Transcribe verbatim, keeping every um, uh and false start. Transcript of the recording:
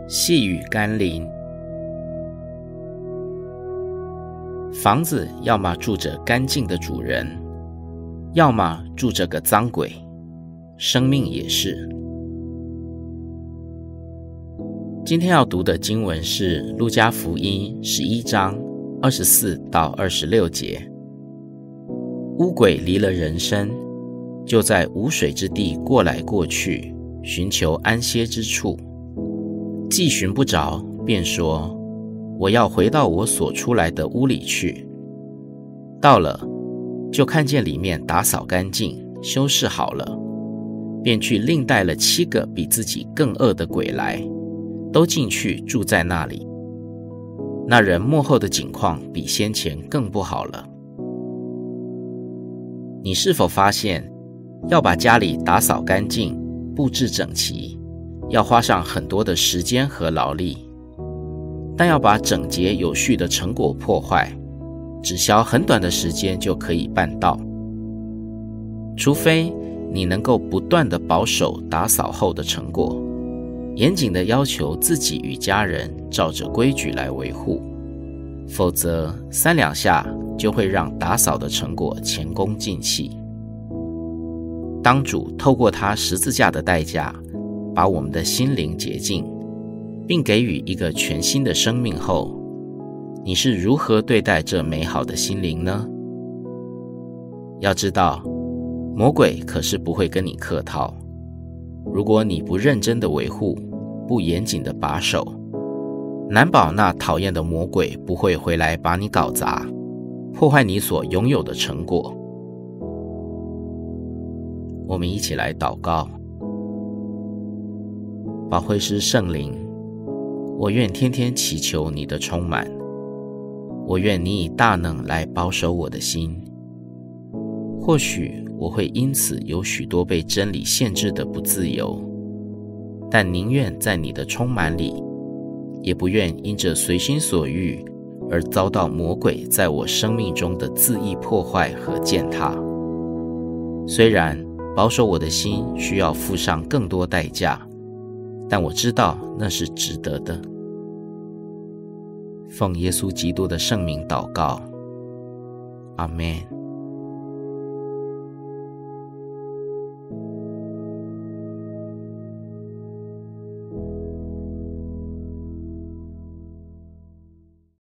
细雨甘霖。房子要么住着干净的主人，要么住着个脏鬼，生命也是。今天要读的经文是路加福音十一章二十四到二十六节。污鬼离了人身，就在无水之地过来过去，寻求安歇之处。既寻不着，便说：我要回到我所出来的屋里去。到了，就看见里面打扫干净，修饰好了，便去另带了七个比自己更恶的鬼来，都进去住在那里。那人末后的景况比先前更不好了。你是否发现，要把家里打扫干净，布置整齐，要花上很多的时间和劳力，但要把整洁有序的成果破坏，只消很短的时间就可以办到。除非你能够不断地保守打扫后的成果，严谨地要求自己与家人照着规矩来维护，否则三两下就会让打扫的成果前功尽弃。当主透过他十字架的代价，把我们的心灵洁净，并给予一个全新的生命后，你是如何对待这美好的心灵呢？要知道，魔鬼可是不会跟你客套。如果你不认真的维护，不严谨的把守，难保那讨厌的魔鬼不会回来把你搞砸，破坏你所拥有的成果。我们一起来祷告。保惠师圣灵，我愿天天祈求你的充满，我愿你以大能来保守我的心。或许我会因此有许多被真理限制的不自由，但宁愿在你的充满里，也不愿因着随心所欲而遭到魔鬼在我生命中的恣意破坏和践踏。虽然保守我的心需要付上更多代价，但我知道那是值得的。奉耶稣基督的圣名祷告，阿们。